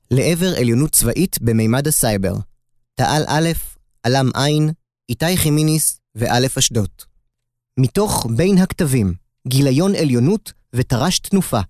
לעבר עליונות צבאית במימד הסייבר. תעל א', אלם עין, איתי חימיניס ואלף אשדוד. מתוך בין הכתבים, גיליון עליונות ותר"ש תנופה.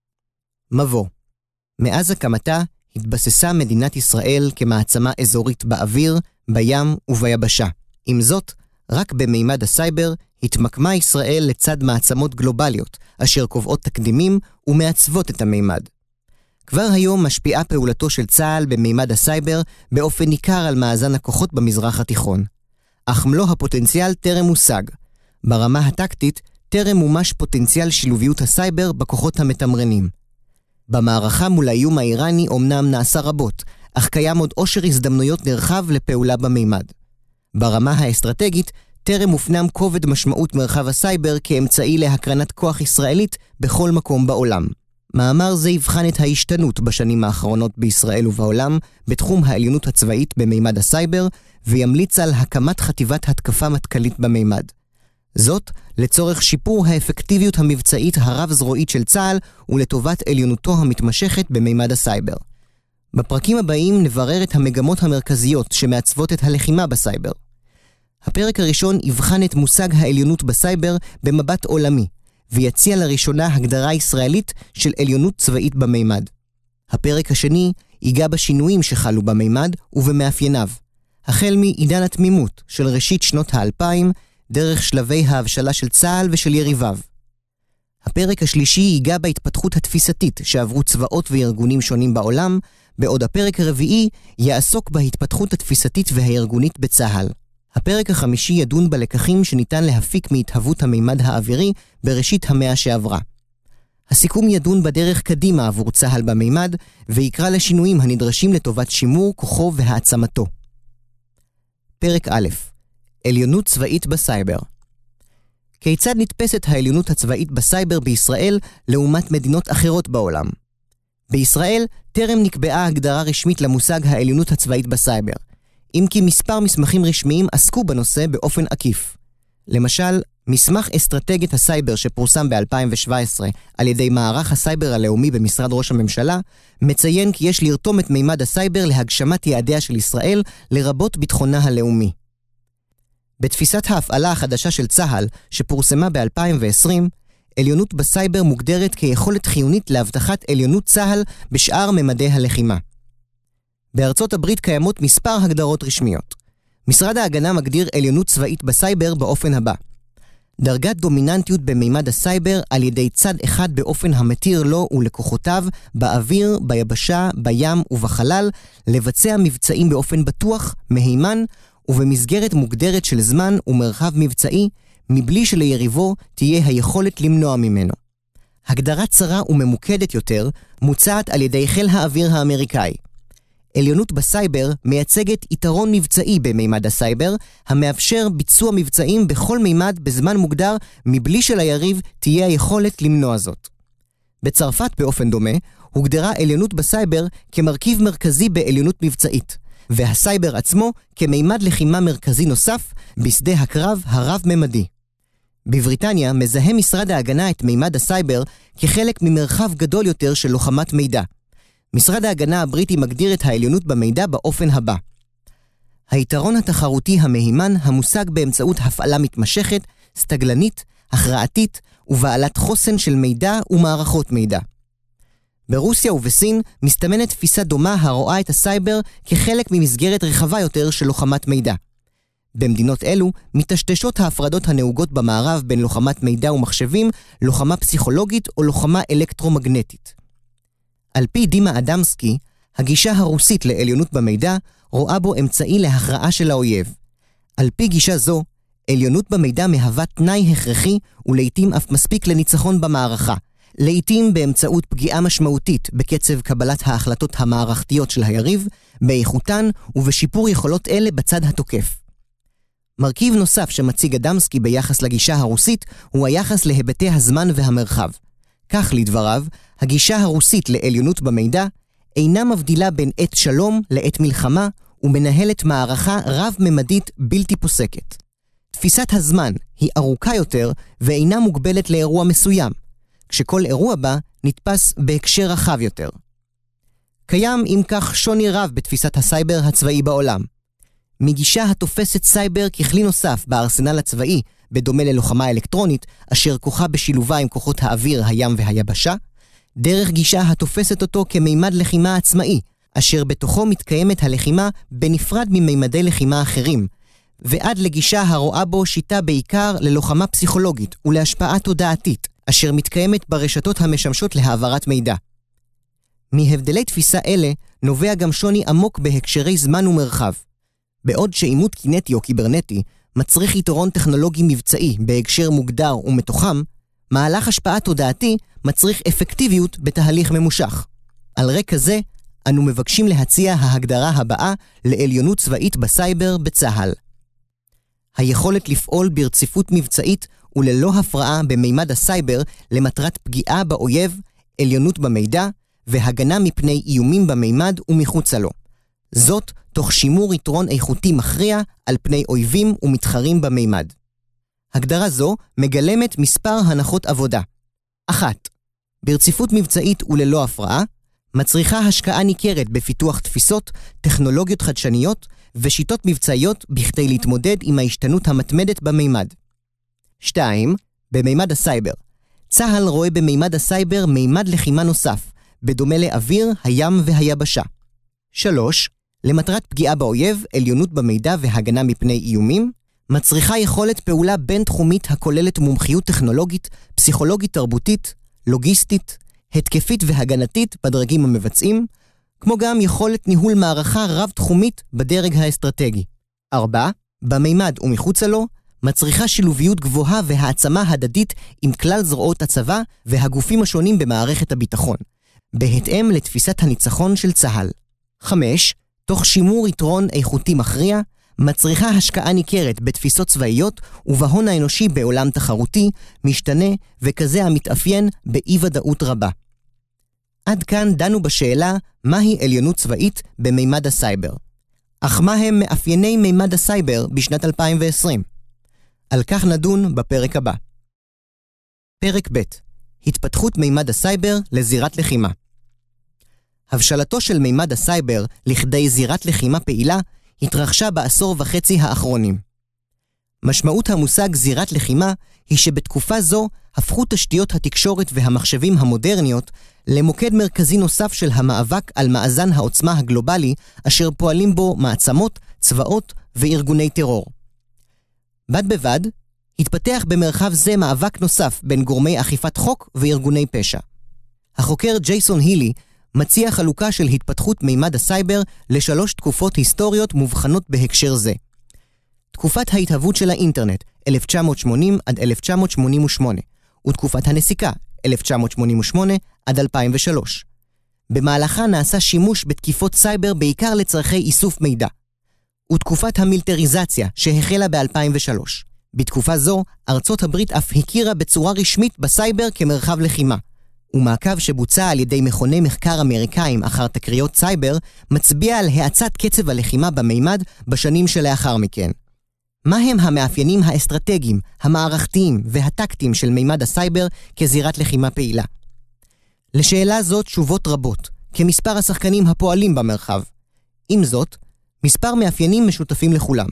מבוא. מאז הקמתה התבססה מדינת ישראל כמעצמה אזורית באוויר, בים וביבשה. עם זאת, רק במימד הסייבר התמקמה ישראל לצד מעצמות גלובליות, אשר קובעות תקדימים ומעצבות את המימד. כבר היום משפיעה פעולתו של צה"ל במימד הסייבר באופן ניכר על מאזן הכוחות במזרח התיכון. אך מלוא הפוטנציאל טרם מושג. ברמה הטקטית טרם מומש פוטנציאל שילוביות הסייבר בכוחות המתמרנים. במערכה מול האיום האיראני אומנם נעשה רבות, אך קיים עוד עושר הזדמנויות נרחב לפעולה במימד. ברמה האסטרטגית טרם מופנם כובד משמעות מרחב הסייבר כאמצעי להקרנת כוח ישראלית בכל מקום בעולם. מאמר זה יבחן את ההשתנות בשנים האחרונות בישראל ובעולם בתחום העליונות הצבאית במימד הסייבר, וימליץ על הקמת חטיבת התקפה מטכ"לית במימד. זאת לצורך שיפור האפקטיביות המבצעית הרב-זרועית של צה"ל ולטובת עליונותו המתמשכת במימד הסייבר. בפרקים הבאים נברר את המגמות המרכזיות שמעצבות את הלחימה בסייבר. הפרק הראשון יבחן את מושג העליונות בסייבר במבט עולמי, ויציע לראשונה הגדרה ישראלית של עליונות צבאית במימד. הפרק השני ייגע בשינויים שחלו במימד ובמאפייניו, החל מעידן התמימות של ראשית שנות ה-2000, דרך שלבי ההבשלה של צה"ל ושל יריביו. הפרק השלישי ייגע בהתפתחות התפיסתית שעברו צבאות וארגונים שונים בעולם, בעוד הפרק הרביעי יעסוק בהתפתחות התפיסתית והארגונית בצה"ל. הפרק החמישי ידון בלקחים שניתן להפיק מהתהוות המימד האווירי בראשית המאה שעברה. הסיכום ידון בדרך קדימה עבור צה"ל במימד, ויקרא לשינויים הנדרשים לטובת שימור כוחו והעצמתו. פרק א', עליונות צבאית בסייבר. כיצד נתפסת העליונות הצבאית בסייבר בישראל לעומת מדינות אחרות בעולם? בישראל טרם נקבעה הגדרה רשמית למושג העליונות הצבאית בסייבר, אם כי מספר מסמכים רשמיים עסקו בנושא באופן עקיף. למשל, מסמך אסטרטגיית הסייבר שפורסם ב-2017 על ידי מערך הסייבר הלאומי במשרד ראש הממשלה, מציין כי יש לרתום את מימד הסייבר להגשמת יעדיה של ישראל, לרבות ביטחונה הלאומי. בתפיסת ההפעלה החדשה של צה"ל, שפורסמה ב-2020, עליונות בסייבר מוגדרת כיכולת חיונית להבטחת עליונות צה"ל בשאר ממדי הלחימה. בארצות הברית קיימות מספר הגדרות רשמיות. משרד ההגנה מגדיר עליונות צבאית בסייבר באופן הבא: דרגת דומיננטיות במימד הסייבר על ידי צד אחד באופן המתיר לו ולכוחותיו באוויר, ביבשה, בים ובחלל לבצע מבצעים באופן בטוח, מהימן ובמסגרת מוגדרת של זמן ומרחב מבצעי, מבלי שליריבו תהיה היכולת למנוע ממנו. הגדרה צרה וממוקדת יותר מוצעת על ידי חיל האוויר האמריקאי. עליונות בסייבר מייצגת יתרון מבצעי במימד הסייבר, המאפשר ביצוע מבצעים בכל מימד בזמן מוגדר, מבלי שליריב תהיה היכולת למנוע זאת. בצרפת באופן דומה, הוגדרה עליונות בסייבר כמרכיב מרכזי בעליונות מבצעית, והסייבר עצמו כמימד לחימה מרכזי נוסף בשדה הקרב הרב-ממדי. בבריטניה מזהה משרד ההגנה את מימד הסייבר כחלק ממרחב גדול יותר של לוחמת מידע. משרד ההגנה הבריטי מגדיר את העליונות במידע באופן הבא: היתרון התחרותי המהימן המושג באמצעות הפעלה מתמשכת, סטגלנית, הכרעתית ובעלת חוסן של מידע ומערכות מידע. ברוסיה ובסין מסתמנת תפיסה דומה הרואה את הסייבר כחלק ממסגרת רחבה יותר של לוחמת מידע. במדינות אלו מתשתשות ההפרדות הנהוגות במערב בין לוחמת מידע ומחשבים, לוחמה פסיכולוגית או לוחמה אלקטרומגנטית. על פי דימה אדמסקי, הגישה הרוסית לעליונות במידע רואה בו אמצעי להכרעה של האויב. על פי גישה זו, עליונות במידע מהווה תנאי הכרחי ולעיתים אף מספיק לניצחון במערכה, לעיתים באמצעות פגיעה משמעותית בקצב קבלת ההחלטות המערכתיות של היריב, באיכותן ובשיפור יכולות אלה בצד התוקף. מרכיב נוסף שמציג אדמסקי ביחס לגישה הרוסית הוא היחס להיבטי הזמן והמרחב. כך לדבריו, הגישה הרוסית לעליונות במידע אינה מבדילה בין עת שלום לעת מלחמה ומנהלת מערכה רב-ממדית בלתי פוסקת. תפיסת הזמן היא ארוכה יותר ואינה מוגבלת לאירוע מסוים, כשכל אירוע בה נתפס בהקשר רחב יותר. קיים אם כך שוני רב בתפיסת הסייבר הצבאי בעולם. מגישה התופסת סייבר ככלי נוסף בארסנל הצבאי, בדומה ללוחמה אלקטרונית, אשר כוחה בשילובה עם כוחות האוויר, הים והיבשה, דרך גישה התופסת אותו כמימד לחימה עצמאי, אשר בתוכו מתקיימת הלחימה בנפרד ממימדי לחימה אחרים, ועד לגישה הרואה בו שיטה בעיקר ללוחמה פסיכולוגית ולהשפעה תודעתית, אשר מתקיימת ברשתות המשמשות להעברת מידע. מהבדלי תפיסה אלה נובע גם שוני עמוק בהקשרי זמן ומרחב. בעוד שאימות קינטי או קיברנטי מצריך יתרון טכנולוגי מבצעי בהקשר מוגדר ומתוחם, מהלך השפעה תודעתי מצריך אפקטיביות בתהליך ממושך. על רקע זה, אנו מבקשים להציע ההגדרה הבאה לעליונות צבאית בסייבר בצה"ל. היכולת לפעול ברציפות מבצעית וללא הפרעה במימד הסייבר למטרת פגיעה באויב, עליונות במידע והגנה מפני איומים במימד ומחוצה לו. זאת תוך שימור יתרון איכותי מכריע על פני אויבים ומתחרים במימד. הגדרה זו מגלמת מספר הנחות עבודה. 1. ברציפות מבצעית וללא הפרעה, מצריכה השקעה ניכרת בפיתוח תפיסות, טכנולוגיות חדשניות ושיטות מבצעיות בכדי להתמודד עם ההשתנות המתמדת במימד. 2. במימד הסייבר. צה"ל רואה במימד הסייבר מימד לחימה נוסף, בדומה לאוויר, הים והיבשה. 3. למטרת פגיעה באויב, עליונות במידע והגנה מפני איומים, מצריכה יכולת פעולה בין-תחומית הכוללת מומחיות טכנולוגית, פסיכולוגית תרבותית, לוגיסטית, התקפית והגנתית בדרגים המבצעים, כמו גם יכולת ניהול מערכה רב-תחומית בדרג האסטרטגי. 4. במימד ומחוצה לו, מצריכה שילוביות גבוהה והעצמה הדדית עם כלל זרועות הצבא והגופים השונים במערכת הביטחון, בהתאם לתפיסת הניצחון של צה"ל. 5. תוך שימור יתרון איכותי מכריע, מצריכה השקעה ניכרת בתפיסות צבאיות ובהון האנושי בעולם תחרותי, משתנה וכזה המתאפיין באי-ודאות רבה. עד כאן דנו בשאלה מהי עליונות צבאית במימד הסייבר. אך מה הם מאפייני מימד הסייבר בשנת 2020? על כך נדון בפרק הבא. פרק ב' התפתחות מימד הסייבר לזירת לחימה. הבשלתו של מימד הסייבר לכדי זירת לחימה פעילה התרחשה בעשור וחצי האחרונים. משמעות המושג זירת לחימה היא שבתקופה זו הפכו תשתיות התקשורת והמחשבים המודרניות למוקד מרכזי נוסף של המאבק על מאזן העוצמה הגלובלי אשר פועלים בו מעצמות, צבאות וארגוני טרור. בד בבד, התפתח במרחב זה מאבק נוסף בין גורמי אכיפת חוק וארגוני פשע. החוקר ג'ייסון הילי מציע חלוקה של התפתחות מימד הסייבר לשלוש תקופות היסטוריות מובחנות בהקשר זה. תקופת ההתהוות של האינטרנט, 1980 עד 1988, ותקופת הנסיקה, 1988 עד 2003. במהלכה נעשה שימוש בתקיפות סייבר בעיקר לצרכי איסוף מידע. ותקופת המיליטריזציה שהחלה ב-2003. בתקופה זו, ארצות הברית אף הכירה בצורה רשמית בסייבר כמרחב לחימה. ומעקב שבוצע על ידי מכוני מחקר אמריקאים אחר תקריות סייבר, מצביע על האצת קצב הלחימה במימד בשנים שלאחר מכן. מה הם המאפיינים האסטרטגיים, המערכתיים והטקטיים של מימד הסייבר כזירת לחימה פעילה? לשאלה זאת תשובות רבות, כמספר השחקנים הפועלים במרחב. עם זאת, מספר מאפיינים משותפים לכולם.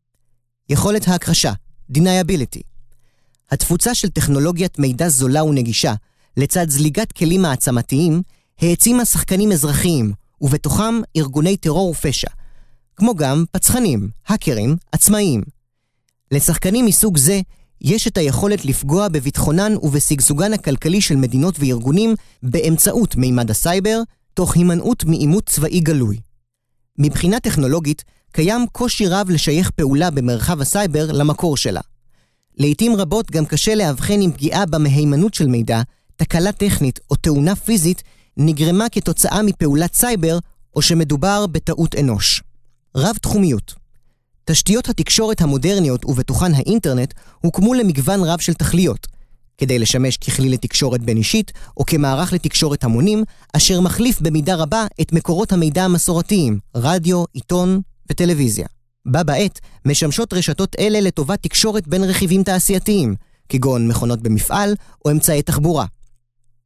יכולת ההכחשה, deniability. התפוצה של טכנולוגיית מידע זולה ונגישה, לצד זליגת כלים העצמתיים, העצימה שחקנים אזרחיים, ובתוכם ארגוני טרור ופשע, כמו גם פצחנים, האקרים, עצמאיים. לשחקנים מסוג זה, יש את היכולת לפגוע בביטחונן ובסגסוגן הכלכלי של מדינות וארגונים באמצעות מימד הסייבר, תוך הימנעות מאימות צבאי גלוי. מבחינה טכנולוגית, קיים קושי רב לשייך פעולה במרחב הסייבר למקור שלה. לעתים רבות גם קשה להבחן עם פגיעה במהימנות של מידע, תקלה טכנית או תאונה פיזית נגרמה כתוצאה מפעולת סייבר או שמדובר בטעות אנוש. רב תחומיות. תשתיות התקשורת המודרניות ובתוכן האינטרנט הוקמו למגוון רב של תכליות, כדי לשמש ככלי לתקשורת בין אישית או כמערך לתקשורת המונים, אשר מחליף במידה רבה את מקורות המידע המסורתיים, רדיו, עיתון וטלוויזיה. בה בעת משמשות רשתות אלה לטובת תקשורת בין רכיבים תעשייתיים, כגון מכונות במפעל או אמצעי תחבורה.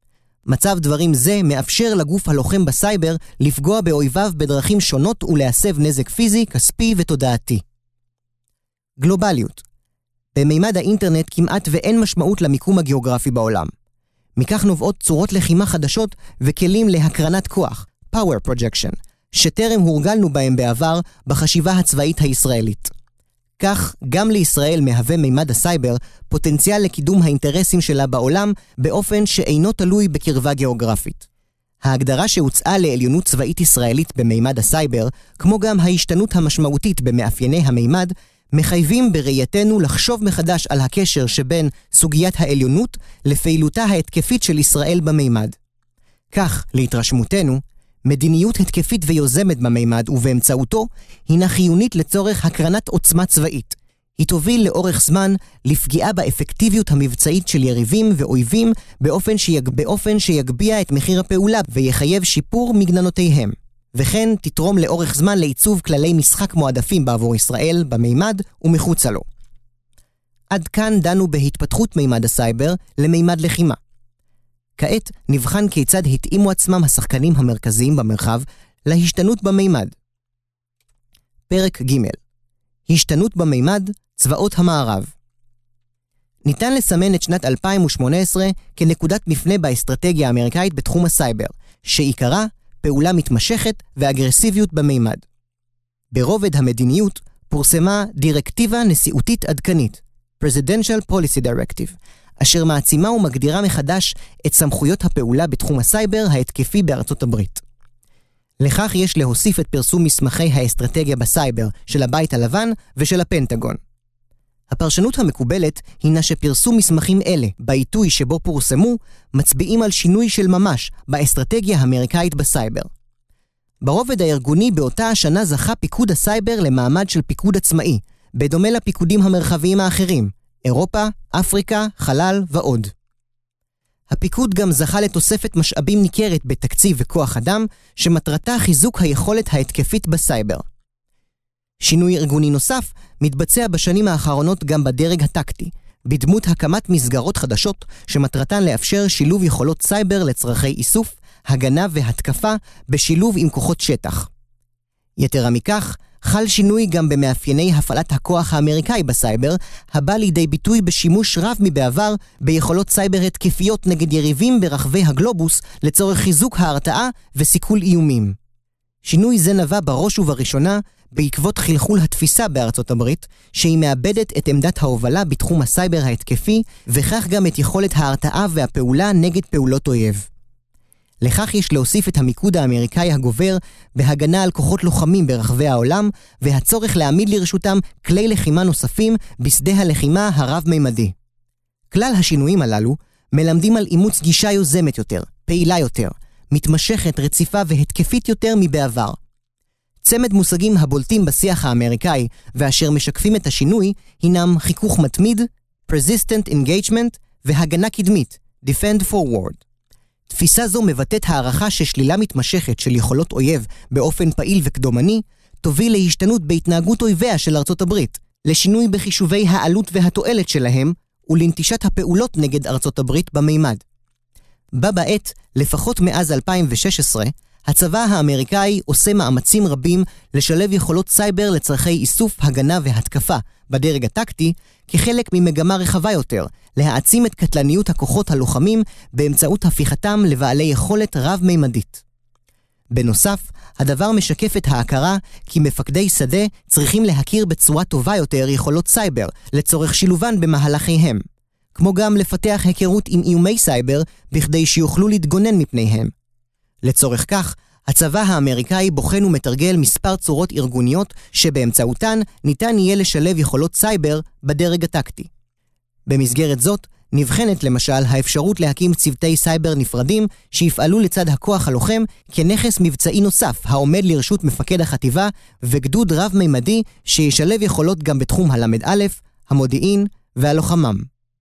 מצב דברים זה מאפשר לגוף הלוחם בסייבר לפגוע באויביו בדרכים שונות ולהסב נזק פיזי, כספי ותודעתי. גלובליות. במימד האינטרנט כמעט ואין משמעות למיקום הגיאוגרפי בעולם. מכך נובעות צורות לחימה חדשות וכלים להקרנת כוח, power projection, שטרם הורגלנו בהם בעבר בחשיבה הצבאית הישראלית. כך, גם לישראל מהווה מימד הסייבר פוטנציאל לקידום האינטרסים שלה בעולם באופן שאינו תלוי בקרבה גיאוגרפית. ההגדרה שהוצאה לעליונות צבאית ישראלית במימד הסייבר, כמו גם ההשתנות המשמעותית במאפייני המימד, מחייבים בראייתנו לחשוב מחדש על הקשר שבין סוגיית העליונות לפעילותה ההתקפית של ישראל במימד. כך, להתרשמותנו, מדיניות התקפית ויוזמת במימד ובאמצעותו הינה חיונית לצורך הקרנת עוצמה צבאית. היא תוביל לאורך זמן לפגיעה באפקטיביות המבצעית של יריבים ואויבים באופן שיגביע את מחיר הפעולה ויחייב שיפור מגננותיהם. וכן תתרום לאורך זמן לעיצוב כללי משחק מועדפים בעבור ישראל במימד ומחוצה לו. עד כאן דנו בהתפתחות מימד הסייבר למימד לחימה. כעת נבחן כיצד התאימו עצמם השחקנים המרכזיים במרחב להשתנות במימד. פרק ג' השתנות במימד, צבאות המערב. ניתן לסמן את שנת 2018 כנקודת מפנה באסטרטגיה האמריקאית בתחום הסייבר, שעיקרה פעולה מתמשכת ואגרסיביות במימד. ברובד המדיניות פורסמה דירקטיבה נשיאותית עדכנית, Presidential Policy Directive, אשר מעצימה ומגדירה מחדש את סמכויות הפעולה בתחום הסייבר ההתקפי בארצות הברית. לכך יש להוסיף את פרסום מסמכי האסטרטגיה בסייבר של הבית הלבן ושל הפנטגון. הפרשנות המקובלת הינה שפרסום מסמכים אלה, בעיתוי שבו פורסמו, מצביעים על שינוי של ממש באסטרטגיה האמריקאית בסייבר. ברובד הארגוני באותה השנה זכה פיקוד הסייבר למעמד של פיקוד עצמאי, בדומה לפיקודים המרחביים האחרים, אירופה, אפריקה, חלל ועוד. הפיקוד גם זכה לתוספת משאבים ניכרת בתקציב וכוח אדם, שמטרתה חיזוק היכולת ההתקפית בסייבר. שינוי ארגוני נוסף מתבצע בשנים האחרונות גם בדרג הטקטי, בדמות הקמת מסגרות חדשות שמטרתן לאפשר שילוב יכולות סייבר לצרכי איסוף, הגנה והתקפה בשילוב עם כוחות שטח. יתרה מכך, חל שינוי גם במאפייני הפעלת הכוח האמריקאי בסייבר, הבא לידי ביטוי בשימוש רב מבעבר ביכולות סייבר התקפיות נגד יריבים ברחבי הגלובוס לצורך חיזוק ההרתעה וסיכול איומים. שינוי זה נבע בראש ובראשונה בעקבות חלחול התפיסה בארצות הברית, שהיא מאבדת את עמדת ההובלה בתחום הסייבר ההתקפי, וכך גם את יכולת ההרתעה והפעולה נגד פעולות אויב. לכך יש להוסיף את המיקוד האמריקאי הגובר בהגנה על כוחות לוחמים ברחבי העולם, והצורך להעמיד לרשותם כלי לחימה נוספים בשדה הלחימה הרב-מימדי. כלל השינויים הללו מלמדים על אימוץ גישה יוזמת יותר, פעילה יותר, מתמשכת, רציפה והתקפית יותר מבעבר. צמד מושגים הבולטים בשיח האמריקאי ואשר משקפים את השינוי הינם חיכוך מתמיד, persistent engagement והגנה קדמית, defend forward. תפיסה זו מבטאת הערכה ששלילה מתמשכת של יכולות אויב באופן פעיל וקדומני תוביל להשתנות בהתנהגות אויביה של ארצות הברית, לשינוי בחישובי העלות והתועלת שלהם ולנטישת הפעולות נגד ארצות הברית במימד. בה בעת, לפחות מאז 2016, הצבא האמריקאי עושה מאמצים רבים לשלב יכולות סייבר לצרכי איסוף, הגנה והתקפה בדרג הטקטי, כחלק ממגמה רחבה יותר, להעצים את קטלניות הכוחות הלוחמים באמצעות הפיכתם לבעלי יכולת רב-מימדית. בנוסף, הדבר משקף את ההכרה כי מפקדי שדה צריכים להכיר בצורה טובה יותר יכולות סייבר לצורך שילובן במהלכיהם, כמו גם לפתח היכרות עם איומי סייבר בכדי שיוכלו להתגונן מפניהם. לצורך כך, הצבא האמריקאי בוחן ומתרגל מספר צורות ארגוניות שבאמצעותן ניתן יהיה לשלב יכולות סייבר בדרג הטקטי. במסגרת זאת, נבחנת למשל האפשרות להקים צוותי סייבר נפרדים שיפעלו לצד הכוח הלוחם כנכס מבצעי נוסף העומד לרשות מפקד החטיבה וגדוד רב-מימדי שישלב יכולות גם בתחום הלמד א', המודיעין והלוחמם.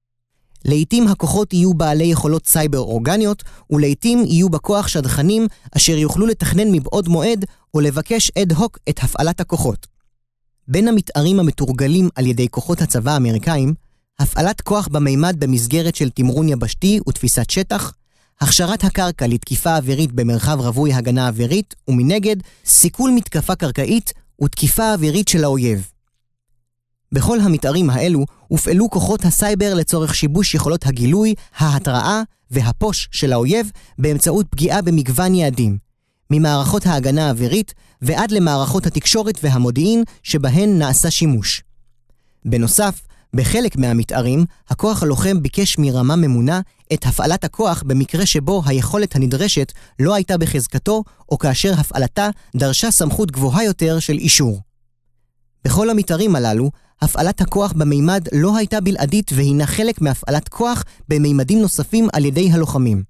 לעתים הכוחות יהיו בעלי יכולות סייבר אורגניות, ולעתים יהיו בכוח שדכנים אשר יוכלו לתכנן מבעוד מועד או לבקש אד הוק את הפעלת הכוחות. בין המתארים המתורגלים על ידי כוחות הצבא האמריקאים, הפעלת כוח במימד במסגרת של תמרון יבשתי ותפיסת שטח, הכשרת הקרקע לתקיפה אווירית במרחב רווי הגנה אווירית, ומנגד, סיכול מתקפה קרקעית ותקיפה אווירית של האויב. בכל המתארים האלו הופעלו כוחות הסייבר לצורך שיבוש יכולות הגילוי, ההתראה והפוש של האויב באמצעות פגיעה במגוון יעדים, ממערכות ההגנה האווירית ועד למערכות התקשורת והמודיעין שבהן נעשה שימוש. בנוסף, בחלק מהמתארים, הכוח הלוחם ביקש מרמה ממונה את הפעלת הכוח במקרה שבו היכולת הנדרשת לא הייתה בחזקתו, או כאשר הפעלתה דרשה סמכות גבוהה יותר של אישור. בכל המתארים הללו, הפעלת הכוח במימד לא הייתה בלעדית והינה חלק מהפעלת כוח במימדים נוספים על ידי הלוחמים.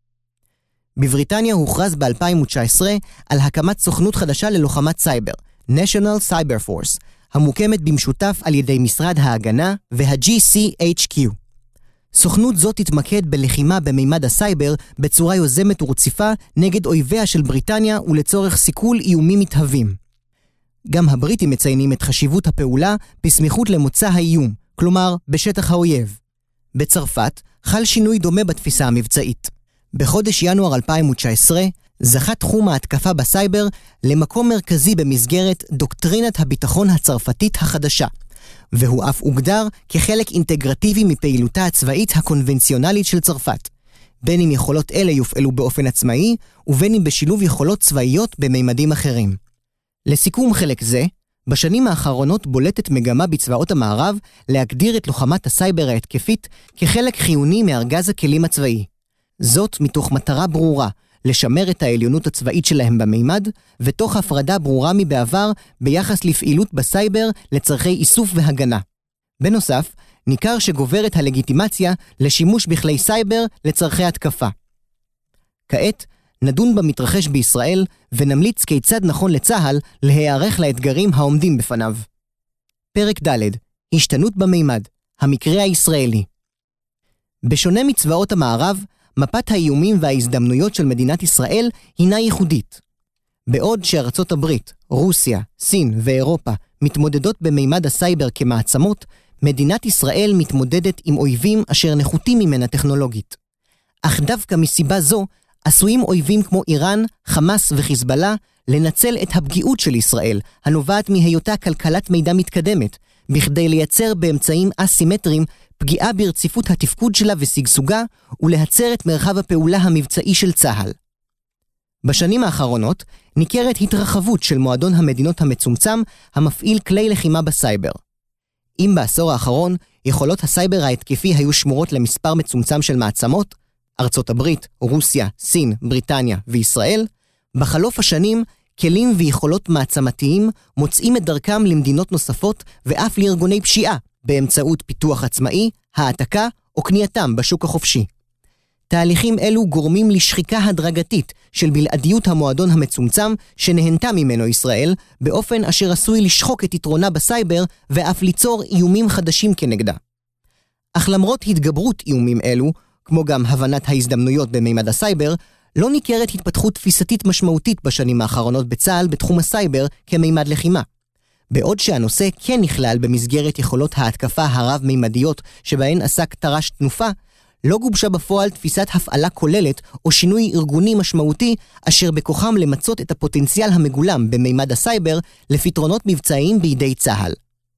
בבריטניה הוכרז ב-2019 על הקמת סוכנות חדשה ללוחמת סייבר, National Cyber Force, המוקמת במשותף על ידי משרד ההגנה וה-GCHQ. סוכנות זאת תתמקד בלחימה במימד הסייבר בצורה יוזמת ורציפה נגד אויביה של בריטניה ולצורך סיכול איומים מתהווים. גם הבריטים מציינים את חשיבות הפעולה בסמיכות למוצא האיום, כלומר בשטח האויב. בצרפת חל שינוי דומה בתפיסה המבצעית. בחודש ינואר 2019 זכה תחום ההתקפה בסייבר למקום מרכזי במסגרת דוקטרינת הביטחון הצרפתית החדשה, והוא אף הוגדר כחלק אינטגרטיבי מפעילותה הצבאית הקונבנציונלית של צרפת, בין אם יכולות אלה יופעלו באופן עצמאי, ובין אם בשילוב יכולות צבאיות בממדים אחרים. לסיכום חלק זה, בשנים האחרונות בולטת מגמה בצבאות המערב להגדיר את לוחמת הסייבר ההתקפית כחלק חיוני מארגז הכלים הצבאי. זאת מתוך מטרה ברורה, לשמר את העליונות הצבאית שלהם במימד, ותוך הפרדה ברורה מבעבר ביחס לפעילות בסייבר לצרכי איסוף והגנה. בנוסף, ניכר שגוברת הלגיטימציה לשימוש בכלי סייבר לצרכי התקפה. כעת, נדון במתרחש בישראל ונמליץ כיצד נכון לצה"ל להיערך לאתגרים העומדים בפניו. פרק ד' השתנות במימד, המקרה הישראלי. בשונה מצבאות המערב, מפת האיומים וההזדמנויות של מדינת ישראל הינה ייחודית. בעוד שארצות הברית, רוסיה, סין ואירופה מתמודדות במימד הסייבר כמעצמות, מדינת ישראל מתמודדת עם אויבים אשר נחותים ממנה טכנולוגית. אך דווקא מסיבה זו, עשויים אויבים כמו איראן, חמאס וחיזבאללה לנצל את הפגיעות של ישראל, הנובעת מהיותה כלכלת מידע מתקדמת, בכדי לייצר באמצעים אסימטריים פגיעה ברציפות התפקוד שלה וסגסוגה, ולהצר את מרחב הפעולה המבצעי של צה"ל. בשנים האחרונות ניכרת התרחבות של מועדון המדינות המצומצם המפעיל כלי לחימה בסייבר. אם בעשור האחרון יכולות הסייבר ההתקפי היו שמורות למספר מצומצם של מעצמות, ארצות הברית, רוסיה, סין, בריטניה וישראל, בחלוף השנים כלים ויכולות מעצמתיים מוצאים את דרכם למדינות נוספות ואף לארגוני פשיעה באמצעות פיתוח עצמאי, העתקה או קנייתם בשוק החופשי. תהליכים אלו גורמים לשחיקה הדרגתית של בלעדיות המועדון המצומצם שנהנתה ממנו ישראל, באופן אשר עשוי לשחוק את יתרונה בסייבר ואף ליצור איומים חדשים כנגדה. אך למרות התגברות איומים אלו, כמו גם הבנת ההזדמנויות במימד הסייבר, לא ניכרת התפתחות תפיסתית משמעותית בשנים האחרונות בצה"ל בתחום הסייבר כמימד לחימה. בעוד שהנושא כן נכלל במסגרת יכולות ההתקפה הרב-מימדיות שבהן עסק תר"ש תנופה, לא גובשה בפועל תפיסת הפעלה כוללת או שינוי ארגוני משמעותי אשר בכוחם למצות את הפוטנציאל המגולם במימד הסייבר לפתרונות מבצעיים בידי צה"ל.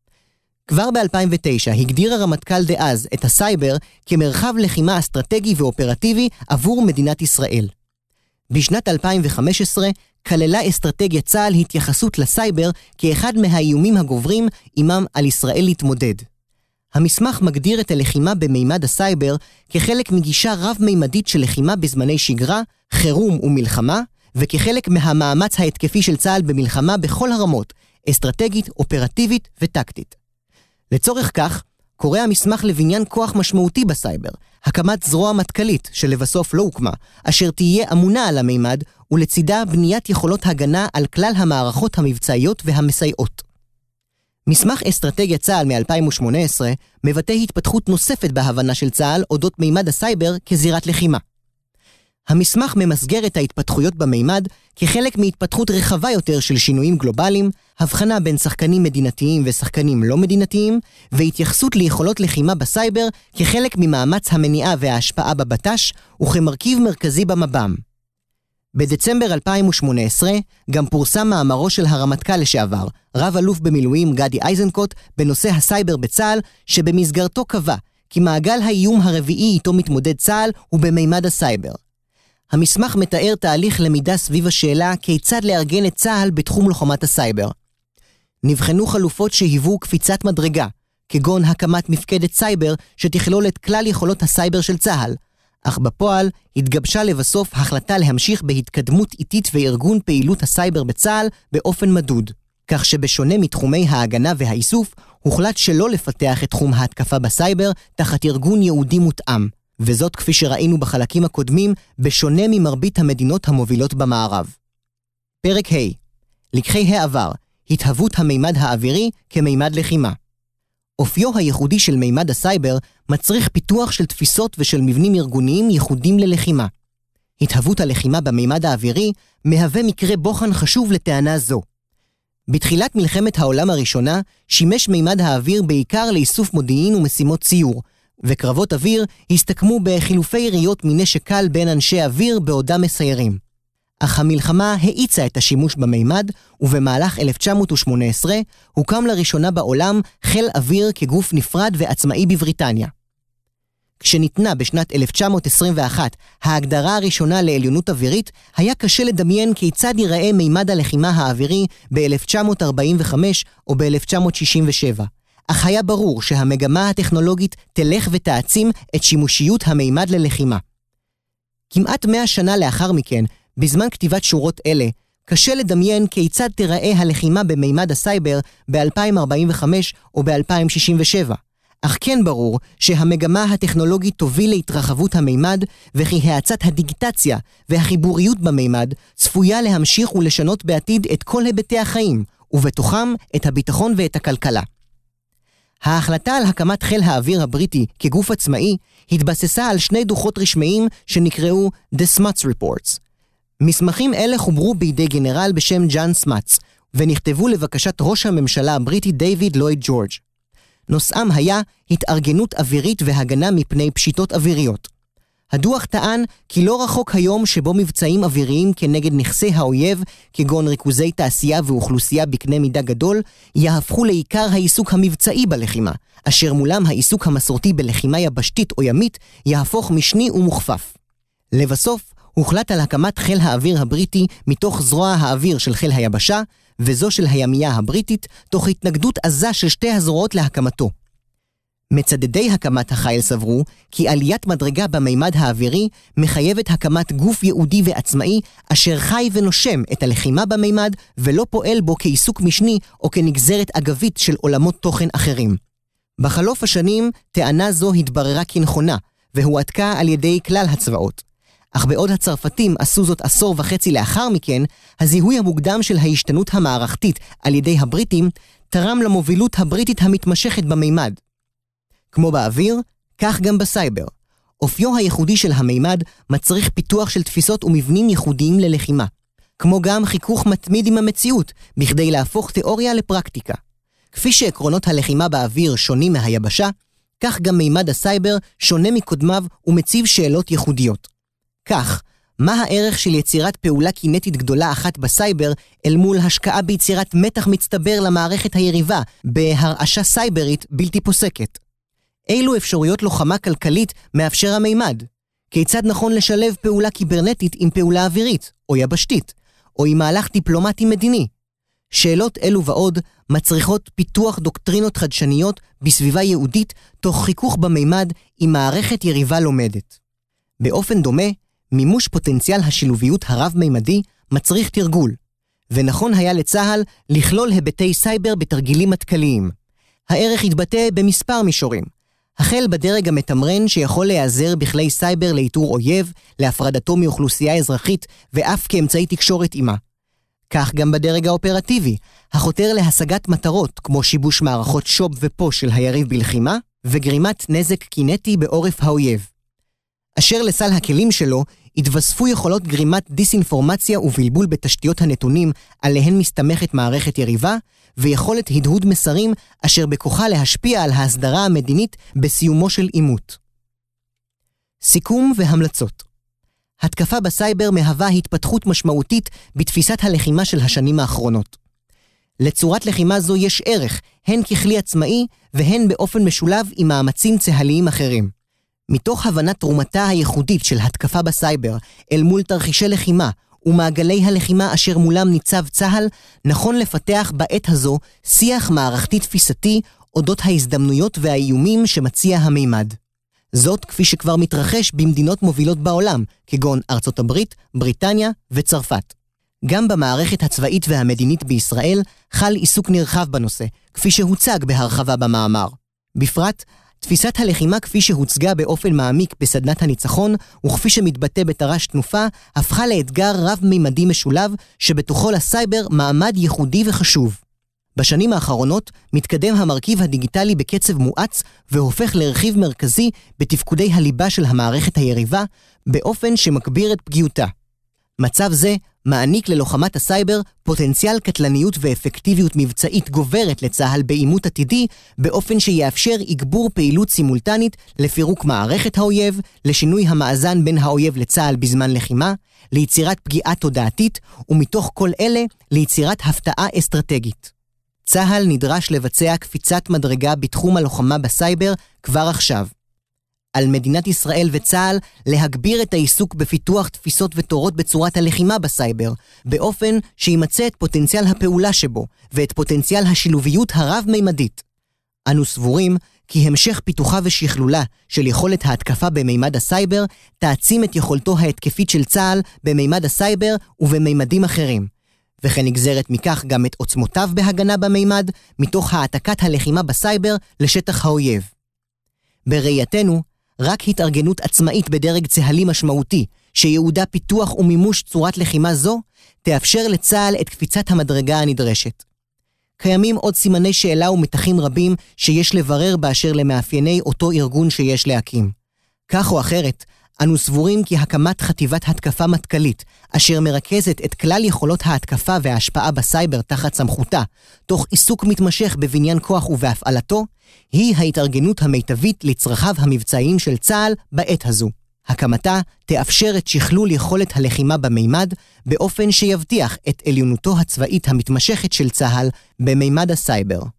כבר ב-2009 הגדיר הרמטכ"ל דאז את הסייבר כמרחב לחימה אסטרטגי ואופרטיבי עבור מדינת ישראל. בשנת 2015 כללה אסטרטגיית צה"ל התייחסות לסייבר כאחד מהאיומים הגוברים עמם על ישראל להתמודד. המסמך מגדיר את הלחימה במימד הסייבר כחלק מגישה רב-מימדית של לחימה בזמני שגרה, חירום ומלחמה, וכחלק מהמאמץ ההתקפי של צה"ל במלחמה בכל הרמות, אסטרטגית, אופרטיבית וטקטית. לצורך כך, קורא המסמך לבניין כוח משמעותי בסייבר, הקמת זרוע מטכ"לית שלבסוף לא הוקמה, אשר תהיה אמונה על המימד, ולצידה בניית יכולות הגנה על כלל המערכות המבצעיות והמסייעות. מסמך אסטרטגיית צה"ל מ-2018 מבטא התפתחות נוספת בהבנה של צה"ל אודות מימד הסייבר כזירת לחימה. המסמך ממסגר את ההתפתחויות במימד כחלק מהתפתחות רחבה יותר של שינויים גלובליים, הבחנה בין שחקנים מדינתיים ושחקנים לא מדינתיים, והתייחסות ליכולות לחימה בסייבר כחלק ממאמץ המניעה וההשפעה בבט"ש וכמרכיב מרכזי במב"ם. בדצמבר 2018 גם פורסם מאמרו של הרמטכ"ל לשעבר, רב אלוף במילואים גדי איזנקוט, בנושא הסייבר בצה"ל, שבמסגרתו קבע כי מעגל האיום הרביעי איתו מתמודד צה"ל הוא במימד הסייבר. המסמך מתאר תהליך למידה סביב השאלה כיצד לארגן את צה"ל בתחום לוחמת הסייבר. נבחנו חלופות שהיוו קפיצת מדרגה, כגון הקמת מפקדת סייבר שתכלול את כלל יכולות הסייבר של צה"ל, אך בפועל התגבשה לבסוף החלטה להמשיך בהתקדמות איטית וארגון פעילות הסייבר בצה"ל באופן מדוד, כך שבשונה מתחומי ההגנה והאיסוף, הוחלט שלא לפתח את תחום ההתקפה בסייבר תחת ארגון יהודי מותאם, וזאת כפי שראינו בחלקים הקודמים, בשונה ממרבית המדינות המובילות במערב. פרק ה' לקחי העבר, התהוות המימד האווירי כמימד לחימה. אופיו הייחודי של מימד הסייבר מצריך פיתוח של תפיסות ושל מבנים ארגוניים ייחודים ללחימה. התהוות הלחימה במימד האווירי מהווה מקרה בוחן חשוב לטענה זו. בתחילת מלחמת העולם הראשונה שימש מימד האוויר בעיקר לאיסוף מודיעין ומשימות ציור, וקרבות אוויר הסתכמו בחילופי יריות מנשק קל בין אנשי אוויר בעודם מסיירים. אך המלחמה האיצה את השימוש במימד, ובמהלך 1918 הוקם לראשונה בעולם חיל אוויר כגוף נפרד ועצמאי בבריטניה. כשניתנה בשנת 1921 ההגדרה הראשונה לעליונות אווירית, היה קשה לדמיין כיצד ייראה מימד הלחימה האווירי ב-1945 או ב-1967. אך היה ברור שהמגמה הטכנולוגית תלך ותעצים את שימושיות המימד ללחימה. כמעט 100 שנה לאחר מכן, בזמן כתיבת שורות אלה, קשה לדמיין כיצד תיראה הלחימה במימד הסייבר ב-2045 או ב-2067. אך כן ברור שהמגמה הטכנולוגית תוביל להתרחבות המימד, וכי האצת הדיגיטציה והחיבוריות במימד צפויה להמשיך ולשנות בעתיד את כל היבטי החיים, ובתוכם את הביטחון ואת הכלכלה. ההחלטה על הקמת חיל האוויר הבריטי כגוף עצמאי התבססה על 2 דוחות רשמיים שנקראו The Smuts Reports. מסמכים אלה חוברו בידי גנרל בשם ג'ון סמאץ, ונכתבו לבקשת ראש הממשלה הבריטי דיוויד לויד ג'ורג'. נושאם היה התארגנות אווירית והגנה מפני פשיטות אוויריות. הדוח טען כי לא רחוק היום שבו מבצעים אוויריים כנגד נכסי האויב, כגון ריכוזי תעשייה ואוכלוסייה בקנה מידה גדול, יהפכו לעיקר העיסוק המבצעי בלחימה, אשר מולם העיסוק המסורתי בלחימה יבשתית או ימית יהפוך משני ומוכפף. לבסוף, הוחלט על הקמת חיל האוויר הבריטי מתוך זרוע האוויר של חיל היבשה, וזו של הימייה הבריטית, תוך התנגדות עזה של 2 הזרועות להקמתו. מצדדי הקמת החיל סברו כי עליית מדרגה במימד האווירי מחייבת הקמת גוף ייעודי ועצמאי אשר חי ונושם את הלחימה במימד ולא פועל בו כעיסוק משני או כנגזרת אגבית של עולמות תוכן אחרים. בחלוף השנים טענה זו התבררה כנכונה והועתקה על ידי כלל הצבאות. אך בעוד הצרפתים עשו זאת 10.5 לאחר מכן, הזיהוי המוקדם של ההשתנות המערכתית על ידי הבריטים תרם למובילות הבריטית המתמשכת במימד. כמו באוויר, כך גם בסייבר. אופיו הייחודי של המימד מצריך פיתוח של תפיסות ומבנים ייחודיים ללחימה, כמו גם חיכוך מתמיד עם המציאות, בכדי להפוך תיאוריה לפרקטיקה. כפי שעקרונות הלחימה באוויר שונים מהיבשה, כך גם מימד הסייבר שונה מקודמיו ומציב שאלות ייחודיות. כך, מה הערך של יצירת פעולה קינטית גדולה אחת בסייבר אל מול השקעה ביצירת מתח מצטבר למערכת היריבה בהרעשה סייברית בלתי פוסקת? אילו אפשרויות לוחמה כלכלית מאפשר המימד? כיצד נכון לשלב פעולה קיברנטית עם פעולה אווירית או יבשתית, או עם מהלך דיפלומטי מדיני? שאלות אלו ועוד מצריכות פיתוח דוקטרינות חדשניות בסביבה יהודית תוך חיכוך במימד עם מערכת יריבה לומדת. באופן דומה, מימוש פוטנציאל השילוביות הרב-מימדי מצריך תרגול, ונכון היה לצה"ל לכלול היבטי סייבר בתרגילים מטכליים. הערך יתבטא במספר מישורים, החל בדרג המתמרן שיכול להיעזר בכלי סייבר לאיתור אויב, להפרדתו מאוכלוסייה אזרחית ואף כאמצעי תקשורת עימה. כך גם בדרג האופרטיבי, החותר להשגת מטרות כמו שיבוש מערכות שוב ופוש של היריב בלחימה, וגרימת נזק קינטי בעורף האויב. אשר לסל הכלים שלו התווספו יכולות גרימת דיסאינפורמציה ובלבול בתשתיות הנתונים עליהן מסתמכת מערכת יריבה, ויכולת הדהוד מסרים אשר בכוחה להשפיע על ההסדרה המדינית בסיומו של עימות. סיכום והמלצות. התקפה בסייבר מהווה התפתחות משמעותית בתפיסת הלחימה של השנים האחרונות. לצורת לחימה זו יש ערך, הן ככלי עצמאי והן באופן משולב עם מאמצים צהליים אחרים. מתוך הבנת תרומתה הייחודית של התקפה בסייבר אל מול תרחישי לחימה ומעגלי הלחימה אשר מולם ניצב צהל, נכון לפתח בעת הזו שיח מערכתי תפיסתי אודות ההזדמנויות והאיומים שמציע המימד. זאת כפי שכבר מתרחש במדינות מובילות בעולם, כגון ארצות הברית, בריטניה וצרפת. גם במערכת הצבאית והמדינית בישראל חל עיסוק נרחב בנושא, כפי שהוצג בהרחבה במאמר. בפרט, תפיסת הלחימה כפי שהוצגה באופן מעמיק בסדנת הניצחון, וכפי שמתבטא בתר"ש תנופה, הפכה לאתגר רב-מימדי משולב, שבתוכו לסייבר מעמד ייחודי וחשוב. בשנים האחרונות מתקדם המרכיב הדיגיטלי בקצב מואץ, והופך לרכיב מרכזי בתפקודי הליבה של המערכת היריבה, באופן שמגביר את פגיעותה. מצב זה מעניק ללוחמת הסייבר פוטנציאל קטלניות ואפקטיביות מבצעית גוברת לצהל בעימות עתידי, באופן שיאפשר איגבור פעילות סימולטנית לפירוק מערכת האויב, לשינוי המאזן בין האויב לצהל בזמן לחימה, ליצירת פגיעה תודעתית, ומתוך כל אלה ליצירת הפתעה אסטרטגית. צהל נדרש לבצע קפיצת מדרגה בתחום הלוחמה בסייבר כבר עכשיו. על מדינת ישראל וצהל להגביר את העיסוק בפיתוח תפיסות ותורות בצורת הלחימה בסייבר, באופן שימצא את פוטנציאל הפעולה שבו ואת פוטנציאל השילוביות הרב-מימדית. אנו סבורים כי המשך פיתוחה ושכלולה של יכולת ההתקפה במימד הסייבר תעצים את יכולתו ההתקפית של צהל במימד הסייבר ובמימדים אחרים, וכן נגזרת מכך גם את עוצמותיו בהגנה במימד מתוך העתקת הלחימה בסייבר לשטח האויב. בראייתנו, רק התארגנות עצמאית בדרג צהלי משמעותי, שיעודה פיתוח ומימוש צורת לחימה זו, תאפשר לצהל את קפיצת המדרגה הנדרשת. קיימים עוד סימני שאלה ומתחים רבים שיש לברר באשר למאפייני אותו ארגון שיש להקים. כך או אחרת, אנו סבורים כי הקמת חטיבת התקפה מטכ"לית, אשר מרכזת את כלל יכולות ההתקפה וההשפעה בסייבר תחת סמכותה, תוך עיסוק מתמשך בבניין כוח ובהפעלתו, היא ההתארגנות המיטבית לצרכיו המבצעיים של צה"ל בעת הזו. הקמתה תאפשר את שכלול יכולת הלחימה במימד, באופן שיבטיח את עליונותו הצבאית המתמשכת של צה"ל במימד הסייבר.